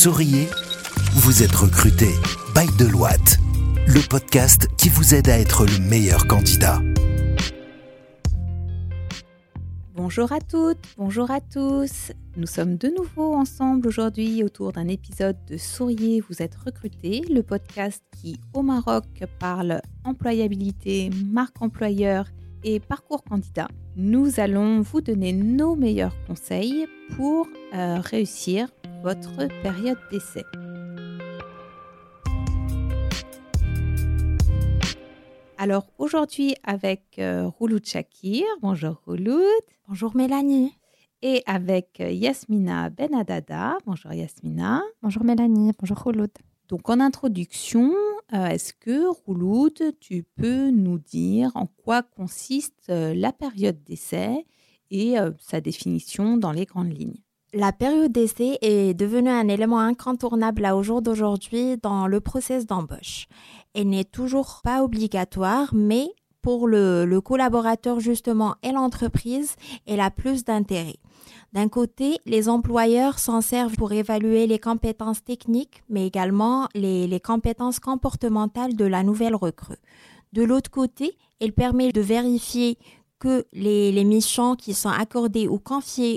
Souriez, vous êtes recruté by Deloitte, le podcast qui vous aide à être le meilleur candidat. Bonjour à toutes, bonjour à tous. Nous sommes de nouveau ensemble aujourd'hui autour d'un épisode de Souriez, vous êtes recruté, le podcast qui au Maroc parle employabilité, marque employeur et parcours candidat. Nous allons vous donner nos meilleurs conseils pour réussir votre période d'essai. Alors aujourd'hui avec Rouloud Chakir. Bonjour Rouloud. Bonjour Mélanie. Et avec Yasmina Benadada. Bonjour Yasmina. Bonjour Mélanie. Bonjour Rouloud. Donc en introduction, est-ce que Rouloud, tu peux nous dire en quoi consiste la période d'essai et sa définition dans les grandes lignes? La période d'essai est devenue un élément incontournable au jour d'aujourd'hui dans le process d'embauche. Elle n'est toujours pas obligatoire, mais pour le collaborateur justement et l'entreprise, elle a plus d'intérêt. D'un côté, les employeurs s'en servent pour évaluer les compétences techniques, mais également les compétences comportementales de la nouvelle recrue. De l'autre côté, elle permet de vérifier que les missions qui sont accordées ou confiées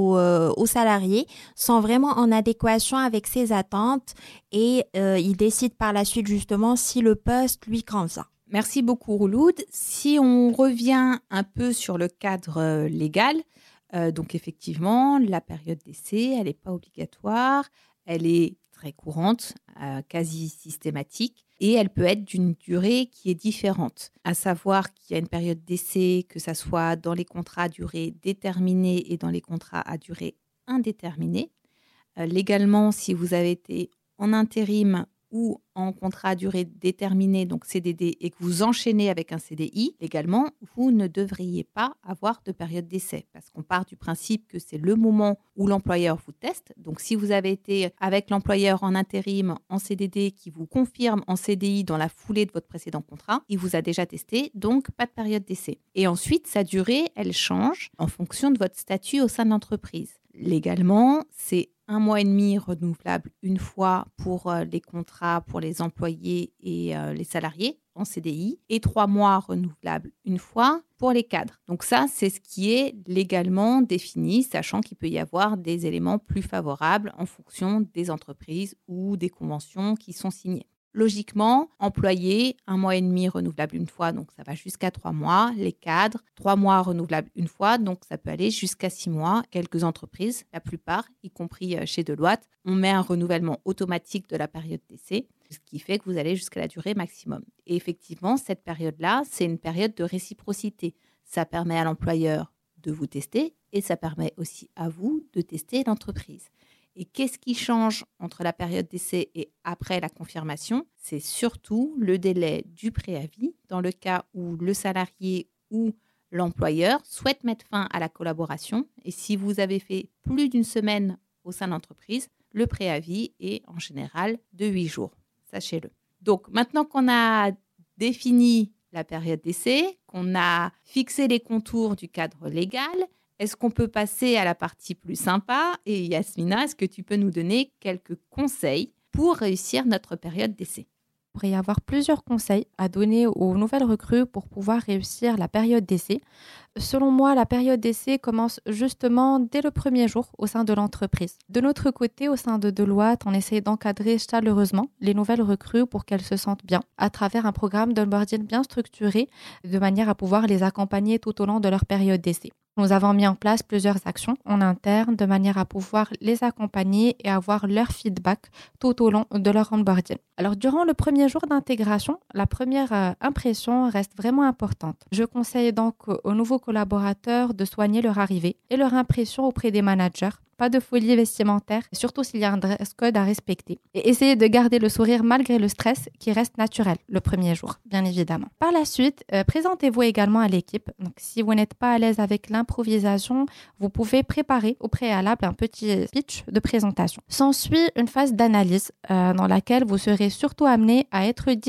aux salariés sont vraiment en adéquation avec ses attentes et il décide par la suite justement si le poste lui convient. Merci beaucoup Rouloud. Si on revient un peu sur le cadre légal, donc effectivement, la période d'essai, elle n'est pas obligatoire, elle est très courante, quasi systématique, et elle peut être d'une durée qui est différente. À savoir qu'il y a une période d'essai, que ça soit dans les contrats à durée déterminée et dans les contrats à durée indéterminée. Légalement, si vous avez été en intérim ou en contrat à durée déterminée, donc CDD, et que vous enchaînez avec un CDI, légalement, vous ne devriez pas avoir de période d'essai parce qu'on part du principe que c'est le moment où l'employeur vous teste. Donc, si vous avez été avec l'employeur en intérim, en CDD, qui vous confirme en CDI dans la foulée de votre précédent contrat, il vous a déjà testé, donc pas de période d'essai. Et ensuite, sa durée, elle change en fonction de votre statut au sein de l'entreprise. Légalement, c'est 1 mois et demi renouvelable une fois pour les contrats pour les employés et les salariés en CDI et 3 mois renouvelables une fois pour les cadres. Donc ça, c'est ce qui est légalement défini, sachant qu'il peut y avoir des éléments plus favorables en fonction des entreprises ou des conventions qui sont signées. Logiquement, employé, 1 mois et demi renouvelable une fois, donc ça va jusqu'à 3 mois. Les cadres, 3 mois renouvelables une fois, donc ça peut aller jusqu'à 6 mois. Quelques entreprises, la plupart, y compris chez Deloitte, on met un renouvellement automatique de la période d'essai, ce qui fait que vous allez jusqu'à la durée maximum. Et effectivement, cette période-là, c'est une période de réciprocité. Ça permet à l'employeur de vous tester et ça permet aussi à vous de tester l'entreprise. Et qu'est-ce qui change entre la période d'essai et après la confirmation? C'est surtout le délai du préavis dans le cas où le salarié ou l'employeur souhaite mettre fin à la collaboration. Et si vous avez fait plus d'une semaine au sein de l'entreprise, le préavis est en général de 8 jours. Sachez-le. Donc maintenant qu'on a défini la période d'essai, qu'on a fixé les contours du cadre légal, est-ce qu'on peut passer à la partie plus sympa? Et Yasmina, est-ce que tu peux nous donner quelques conseils pour réussir notre période d'essai? Il pourrait y avoir plusieurs conseils à donner aux nouvelles recrues pour pouvoir réussir la période d'essai. Selon moi, la période d'essai commence justement dès le premier jour au sein de l'entreprise. De notre côté, au sein de Deloitte, on essaie d'encadrer chaleureusement les nouvelles recrues pour qu'elles se sentent bien à travers un programme d'onboarding bien structuré de manière à pouvoir les accompagner tout au long de leur période d'essai. Nous avons mis en place plusieurs actions en interne de manière à pouvoir les accompagner et avoir leur feedback tout au long de leur onboarding. Alors, durant le premier jour d'intégration, la première impression reste vraiment importante. Je conseille donc aux nouveaux collaborateurs de soigner leur arrivée et leur impression auprès des managers. Pas de folie vestimentaire, surtout s'il y a un dress code à respecter. Et essayez de garder le sourire malgré le stress qui reste naturel le premier jour, bien évidemment. Par la suite, présentez-vous également à l'équipe. Donc, si vous n'êtes pas à l'aise avec l'improvisation, vous pouvez préparer au préalable un petit speech de présentation. S'ensuit une phase d'analyse dans laquelle vous serez surtout amené à être discret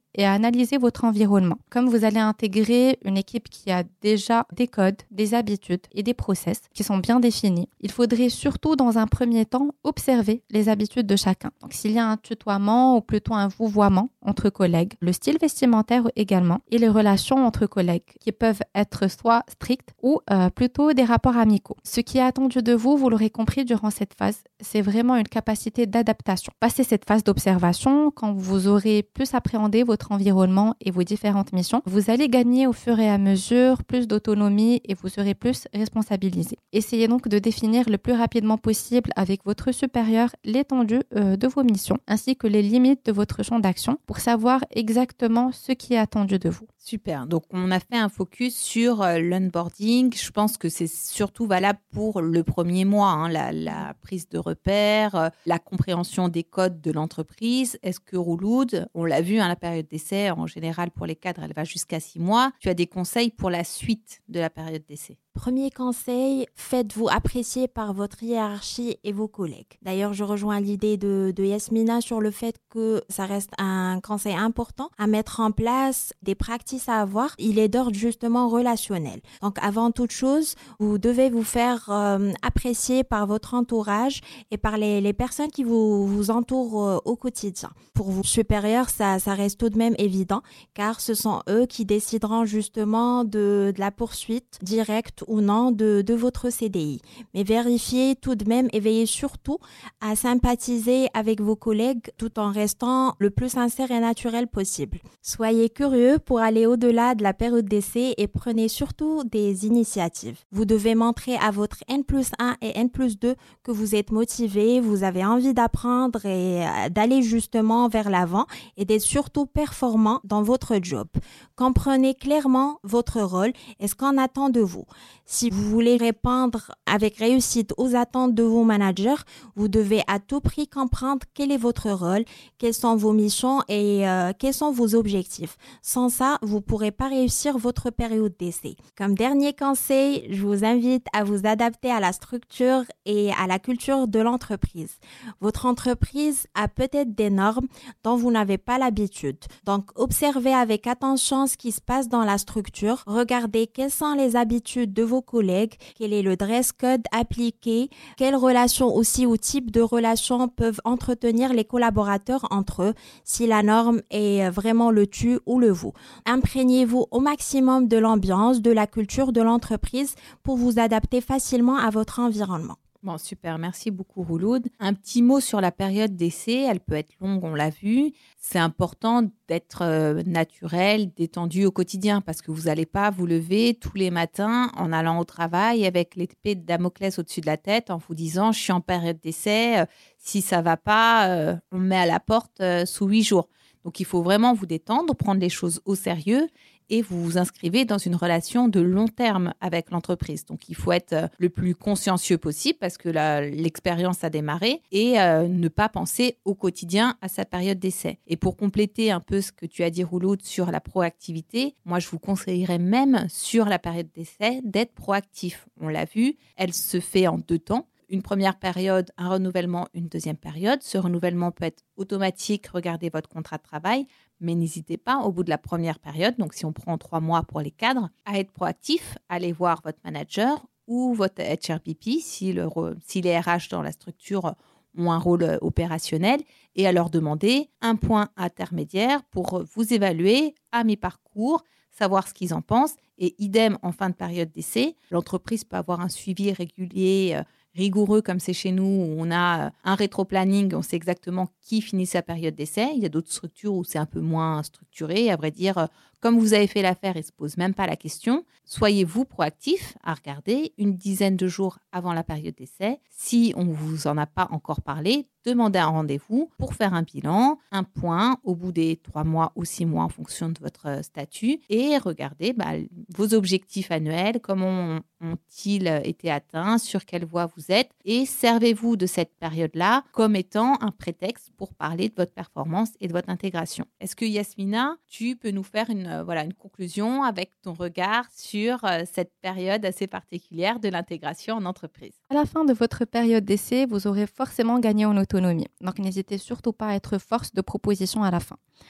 et à analyser votre environnement. Comme vous allez intégrer une équipe qui a déjà des codes, des habitudes et des process qui sont bien définis, il faudrait surtout dans un premier temps observer les habitudes de chacun. Donc s'il y a un tutoiement ou plutôt un vouvoiement entre collègues, le style vestimentaire également et les relations entre collègues qui peuvent être soit strictes ou plutôt des rapports amicaux. Ce qui est attendu de vous, vous l'aurez compris durant cette phase, c'est vraiment une capacité d'adaptation. Passez cette phase d'observation, quand vous aurez plus appréhendé votre environnement et vos différentes missions, vous allez gagner au fur et à mesure plus d'autonomie et vous serez plus responsabilisé. Essayez donc de définir le plus rapidement possible avec votre supérieur l'étendue de vos missions ainsi que les limites de votre champ d'action pour savoir exactement ce qui est attendu de vous. Super. Donc, on a fait un focus sur l'onboarding. Je pense que c'est surtout valable pour le premier mois, hein, la prise de repères, la compréhension des codes de l'entreprise. Est-ce que Rouloud, on l'a vu, hein, la période d'essai, en général, pour les cadres, elle va jusqu'à 6 mois. Tu as des conseils pour la suite de la période d'essai? Premier conseil, faites-vous apprécier par votre hiérarchie et vos collègues. D'ailleurs, je rejoins l'idée de Yasmina sur le fait que ça reste un conseil important à mettre en place, des practices à avoir. Il est d'ordre justement relationnel. Donc, avant toute chose, vous devez vous faire apprécier par votre entourage et par les personnes qui vous entourent au quotidien. Pour vos supérieurs, ça reste tout de même évident car ce sont eux qui décideront justement de la poursuite directe ou non de votre CDI. Mais vérifiez tout de même et veillez surtout à sympathiser avec vos collègues tout en restant le plus sincère et naturel possible. Soyez curieux pour aller au-delà de la période d'essai et prenez surtout des initiatives. Vous devez montrer à votre N+1 et N+2 que vous êtes motivé, vous avez envie d'apprendre et d'aller justement vers l'avant et d'être surtout performant dans votre job. Comprenez clairement votre rôle et ce qu'on attend de vous. Si vous voulez répondre avec réussite aux attentes de vos managers, vous devez à tout prix comprendre quel est votre rôle, quelles sont vos missions et quels sont vos objectifs. Sans ça, vous ne pourrez pas réussir votre période d'essai. Comme dernier conseil, je vous invite à vous adapter à la structure et à la culture de l'entreprise. Votre entreprise a peut-être des normes dont vous n'avez pas l'habitude. Donc, observez avec attention ce qui se passe dans la structure. Regardez quelles sont les habitudes de vos collègues, quel est le dress code appliqué, quelles relations aussi ou types de relations peuvent entretenir les collaborateurs entre eux, si la norme est vraiment le tu ou le vous. Imprégnez-vous au maximum de l'ambiance, de la culture de l'entreprise pour vous adapter facilement à votre environnement. Bon, super. Merci beaucoup, Rouloud. Un petit mot sur la période d'essai. Elle peut être longue, on l'a vu. C'est important d'être naturel, détendu au quotidien parce que vous n'allez pas vous lever tous les matins en allant au travail avec l'épée de Damoclès au-dessus de la tête en vous disant « je suis en période d'essai, si ça ne va pas, on me met à la porte sous 8 jours ». Donc, il faut vraiment vous détendre, prendre les choses au sérieux et vous vous inscrivez dans une relation de long terme avec l'entreprise. Donc, il faut être le plus consciencieux possible parce que l'expérience a démarré et ne pas penser au quotidien à sa période d'essai. Et pour compléter un peu ce que tu as dit, Rouloud, sur la proactivité, moi, je vous conseillerais même sur la période d'essai d'être proactif. On l'a vu, elle se fait en 2 temps. Une première période, un renouvellement, une deuxième période. Ce renouvellement peut être automatique, regardez votre contrat de travail, mais n'hésitez pas, au bout de la première période, donc si on prend 3 mois pour les cadres, à être proactif, allez voir votre manager ou votre HRBP, si les RH dans la structure ont un rôle opérationnel, et à leur demander un point intermédiaire pour vous évaluer à mi-parcours, savoir ce qu'ils en pensent, et idem en fin de période d'essai. L'entreprise peut avoir un suivi régulier, rigoureux comme c'est chez nous, où on a un rétro-planning, on sait exactement qui finit sa période d'essai. Il y a d'autres structures où c'est un peu moins structuré. À vrai dire, comme vous avez fait l'affaire, ils ne se posent même pas la question. Soyez-vous proactif à regarder une dizaine de jours avant la période d'essai. Si on ne vous en a pas encore parlé, demandez un rendez-vous pour faire un bilan, un point au bout des 3 mois ou 6 mois en fonction de votre statut et regardez vos objectifs annuels, comment ont-ils été atteints, sur quelle voie vous êtes et servez-vous de cette période-là comme étant un prétexte pour parler de votre performance et de votre intégration. Est-ce que Yasmina, tu peux nous faire une conclusion avec ton regard sur cette période assez particulière de l'intégration en entreprise? À la fin de votre période d'essai, vous aurez forcément gagné en autonomie. Donc, n'hésitez surtout pas à être force de proposition à la fin.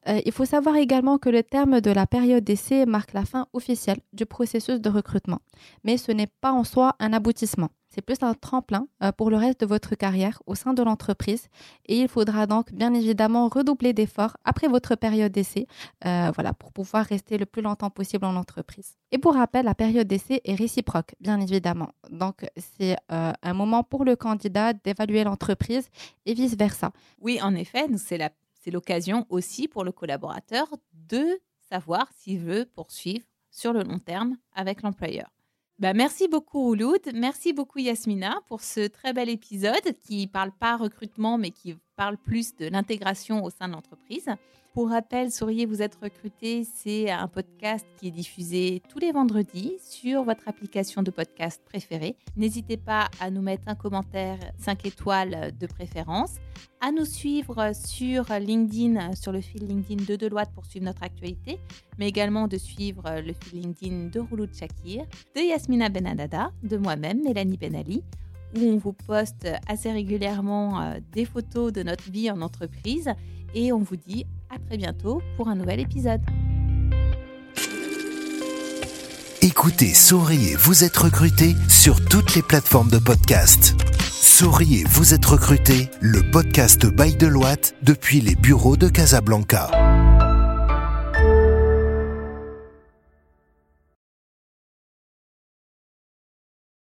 Il faut savoir également que le terme de la période d'essai marque la fin officielle du processus de recrutement. Mais ce n'est pas en soi un aboutissement. C'est plus un tremplin pour le reste de votre carrière au sein de l'entreprise. Et il faudra donc bien évidemment redoubler d'efforts après votre période d'essai pour pouvoir rester le plus longtemps possible en entreprise. Et pour rappel, la période d'essai est réciproque, bien évidemment. Donc, c'est un moment pour le candidat d'évaluer l'entreprise et vice-versa. Oui, en effet, c'est l'occasion aussi pour le collaborateur de savoir s'il veut poursuivre sur le long terme avec l'employeur. Merci beaucoup Rouloud, merci beaucoup Yasmina pour ce très bel épisode qui ne parle pas recrutement mais qui parle plus de l'intégration au sein de l'entreprise. Pour rappel, Souriez, vous êtes recruté, c'est un podcast qui est diffusé tous les vendredis sur votre application de podcast préférée. N'hésitez pas à nous mettre un commentaire 5 étoiles de préférence, à nous suivre sur LinkedIn, sur le fil LinkedIn de Deloitte pour suivre notre actualité, mais également de suivre le fil LinkedIn de Rouloud Chakir, de Yasmina Benadada, de moi-même, Mélanie Benali, où on vous poste assez régulièrement des photos de notre vie en entreprise et on vous dit à très bientôt pour un nouvel épisode. Écoutez Souriez, vous êtes recruté sur toutes les plateformes de podcast. Souriez, vous êtes recruté, le podcast by Deloitte depuis les bureaux de Casablanca.